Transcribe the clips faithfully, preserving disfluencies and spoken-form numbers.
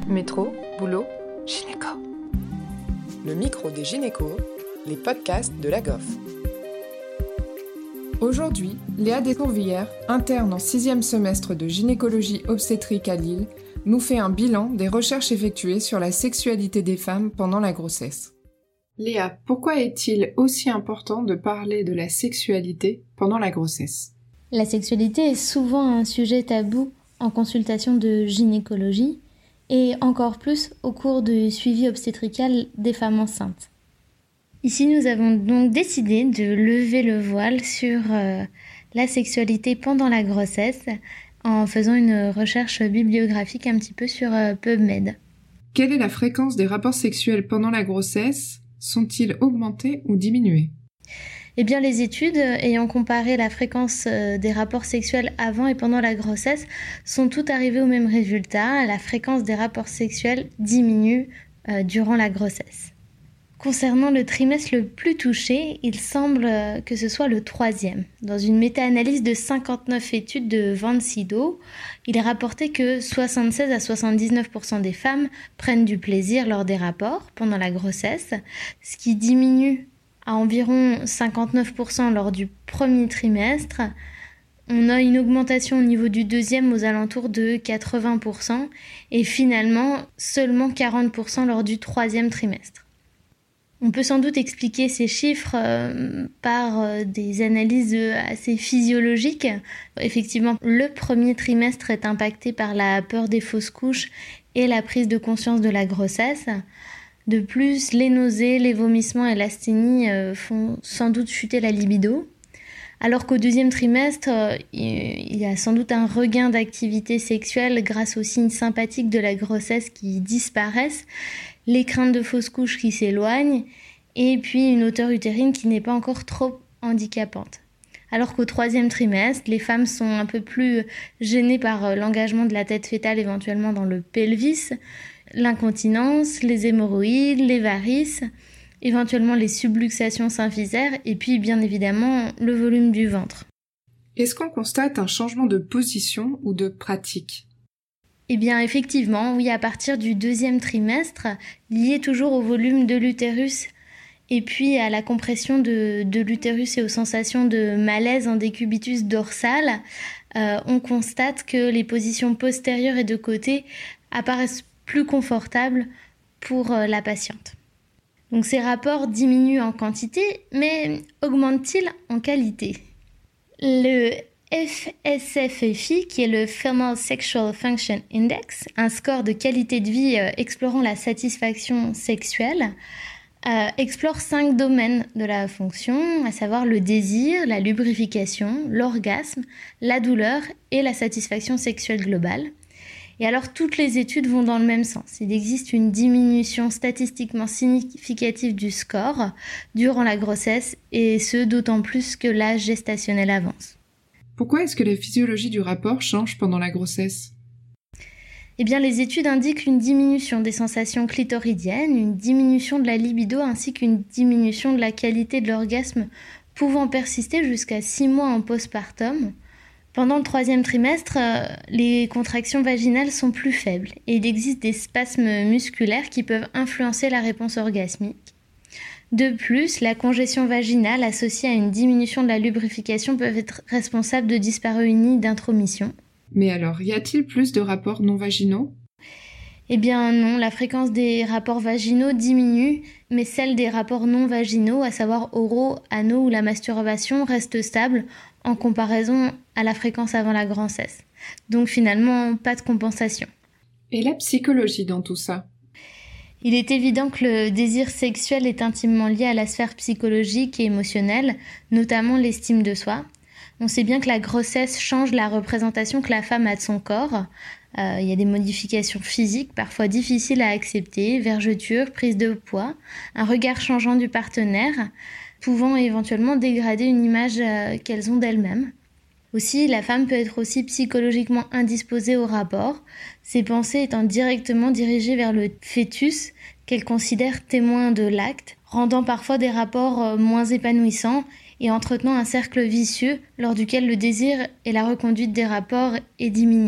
Métro, boulot, gynéco. Le micro des gynécos, les podcasts de la G O F. Aujourd'hui, Léa Descourvillères, interne en sixième semestre de gynécologie obstétrique à Lille, nous fait un bilan des recherches effectuées sur la sexualité des femmes pendant la grossesse. Léa, pourquoi est-il aussi important de parler de la sexualité pendant la grossesse ? La sexualité est souvent un sujet tabou en consultation de gynécologie et encore plus au cours du suivi obstétrical des femmes enceintes. Ici, nous avons donc décidé de lever le voile sur euh, la sexualité pendant la grossesse en faisant une recherche bibliographique un petit peu sur euh, PubMed. Quelle est la fréquence des rapports sexuels pendant la grossesse ? Sont-ils augmentés ou diminués ? Eh bien, les études ayant comparé la fréquence des rapports sexuels avant et pendant la grossesse sont toutes arrivées au même résultat. La fréquence des rapports sexuels diminue euh, durant la grossesse. Concernant le trimestre le plus touché, il semble que ce soit le troisième. Dans une méta-analyse de cinquante-neuf études de Van Sydow, il est rapporté que soixante-seize à soixante-dix-neuf pour cent des femmes prennent du plaisir lors des rapports pendant la grossesse, ce qui diminue à environ cinquante-neuf pour cent lors du premier trimestre. On a une augmentation au niveau du deuxième aux alentours de quatre-vingts pour cent et finalement seulement quarante pour cent lors du troisième trimestre. On peut sans doute expliquer ces chiffres euh, par euh, des analyses assez physiologiques. Effectivement, le premier trimestre est impacté par la peur des fausses couches et la prise de conscience de la grossesse. De plus, les nausées, les vomissements et l'asthénie euh, font sans doute chuter la libido. Alors qu'au deuxième trimestre, euh, il y a sans doute un regain d'activité sexuelle grâce aux signes sympathiques de la grossesse qui disparaissent, les craintes de fausses couches qui s'éloignent, et puis une hauteur utérine qui n'est pas encore trop handicapante. Alors qu'au troisième trimestre, les femmes sont un peu plus gênées par l'engagement de la tête fœtale éventuellement dans le pelvis, l'incontinence, les hémorroïdes, les varices, éventuellement les subluxations symphysaires et puis bien évidemment le volume du ventre. Est-ce qu'on constate un changement de position ou de pratique ? Eh bien effectivement, oui, à partir du deuxième trimestre, lié toujours au volume de l'utérus et puis à la compression de, de l'utérus et aux sensations de malaise en décubitus dorsal, euh, on constate que les positions postérieures et de côté apparaissent plus confortables pour euh, la patiente. Donc ces rapports diminuent en quantité, mais augmentent-ils en qualité ? Le F S F F I, qui est le Female Sexual Function Index, un score de qualité de vie euh, explorant la satisfaction sexuelle, euh, explore cinq domaines de la fonction, à savoir le désir, la lubrification, l'orgasme, la douleur et la satisfaction sexuelle globale. Et alors, toutes les études vont dans le même sens. Il existe une diminution statistiquement significative du score durant la grossesse, et ce, d'autant plus que l'âge gestationnel avance. Pourquoi est-ce que la physiologie du rapport change pendant la grossesse ? Eh bien, les études indiquent une diminution des sensations clitoridiennes, une diminution de la libido ainsi qu'une diminution de la qualité de l'orgasme pouvant persister jusqu'à six mois en postpartum. Pendant le troisième trimestre, euh, les contractions vaginales sont plus faibles et il existe des spasmes musculaires qui peuvent influencer la réponse orgasmique. De plus, la congestion vaginale associée à une diminution de la lubrification peut être responsable de dyspareunie d'intromission. Mais alors, y a-t-il plus de rapports non vaginaux ? Eh bien non, la fréquence des rapports vaginaux diminue, mais celle des rapports non vaginaux, à savoir oraux, anaux ou la masturbation, reste stable en comparaison à la fréquence avant la grossesse. Donc finalement, pas de compensation. Et la psychologie dans tout ça ? Il est évident que le désir sexuel est intimement lié à la sphère psychologique et émotionnelle, notamment l'estime de soi. On sait bien que la grossesse change la représentation que la femme a de son corps. Euh, il y a des modifications physiques parfois difficiles à accepter, vergetures, prise de poids, un regard changeant du partenaire, pouvant éventuellement dégrader une image euh, qu'elles ont d'elles-mêmes. Aussi, la femme peut être aussi psychologiquement indisposée au rapport, ses pensées étant directement dirigées vers le fœtus qu'elle considère témoin de l'acte, rendant parfois des rapports euh, moins épanouissants et entretenant un cercle vicieux lors duquel le désir et la reconduite des rapports est diminué.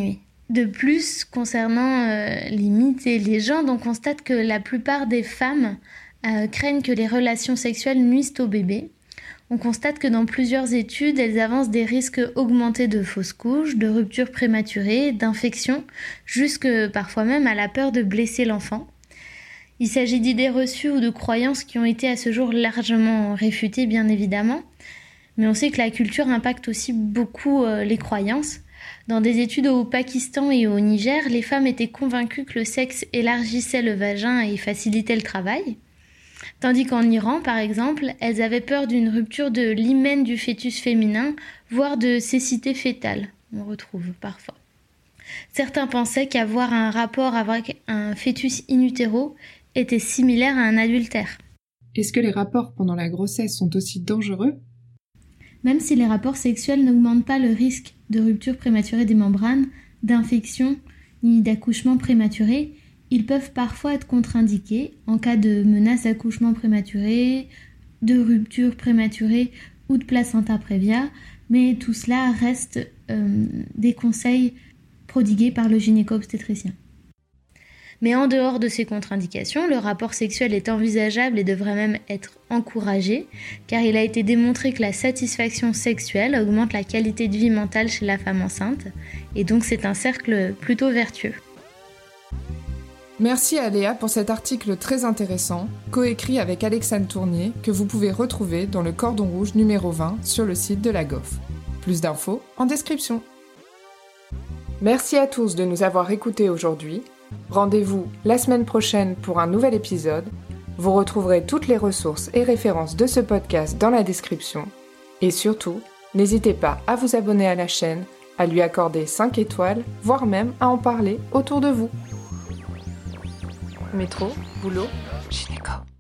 De plus, concernant euh, les mythes et légendes, on constate que la plupart des femmes euh, craignent que les relations sexuelles nuisent au bébé. On constate que dans plusieurs études, elles avancent des risques augmentés de fausses couches, de ruptures prématurées, d'infections, jusque parfois même à la peur de blesser l'enfant. Il s'agit d'idées reçues ou de croyances qui ont été à ce jour largement réfutées, bien évidemment. Mais on sait que la culture impacte aussi beaucoup euh, les croyances. Dans des études au Pakistan et au Niger, les femmes étaient convaincues que le sexe élargissait le vagin et facilitait le travail. Tandis qu'en Iran, par exemple, elles avaient peur d'une rupture de l'hymen du fœtus féminin, voire de cécité fœtale, on retrouve parfois. Certains pensaient qu'avoir un rapport avec un fœtus in utero était similaire à un adultère. Est-ce que les rapports pendant la grossesse sont aussi dangereux ? Même si les rapports sexuels n'augmentent pas le risque de rupture prématurée des membranes, d'infection ni d'accouchement prématuré, ils peuvent parfois être contre-indiqués en cas de menace d'accouchement prématuré, de rupture prématurée ou de placenta prévia, mais tout cela reste euh, des conseils prodigués par le gynéco-obstétricien. Mais en dehors de ces contre-indications, le rapport sexuel est envisageable et devrait même être encouragé, car il a été démontré que la satisfaction sexuelle augmente la qualité de vie mentale chez la femme enceinte, et donc c'est un cercle plutôt vertueux. Merci à Léa pour cet article très intéressant, coécrit avec Alexandre Tournier, que vous pouvez retrouver dans le cordon rouge numéro vingt sur le site de la G O F. Plus d'infos en description. Merci à tous de nous avoir écoutés aujourd'hui. Rendez-vous la semaine prochaine pour un nouvel épisode. Vous retrouverez toutes les ressources et références de ce podcast dans la description. Et surtout, n'hésitez pas à vous abonner à la chaîne, à lui accorder cinq étoiles, voire même à en parler autour de vous. Métro, boulot, gynéco.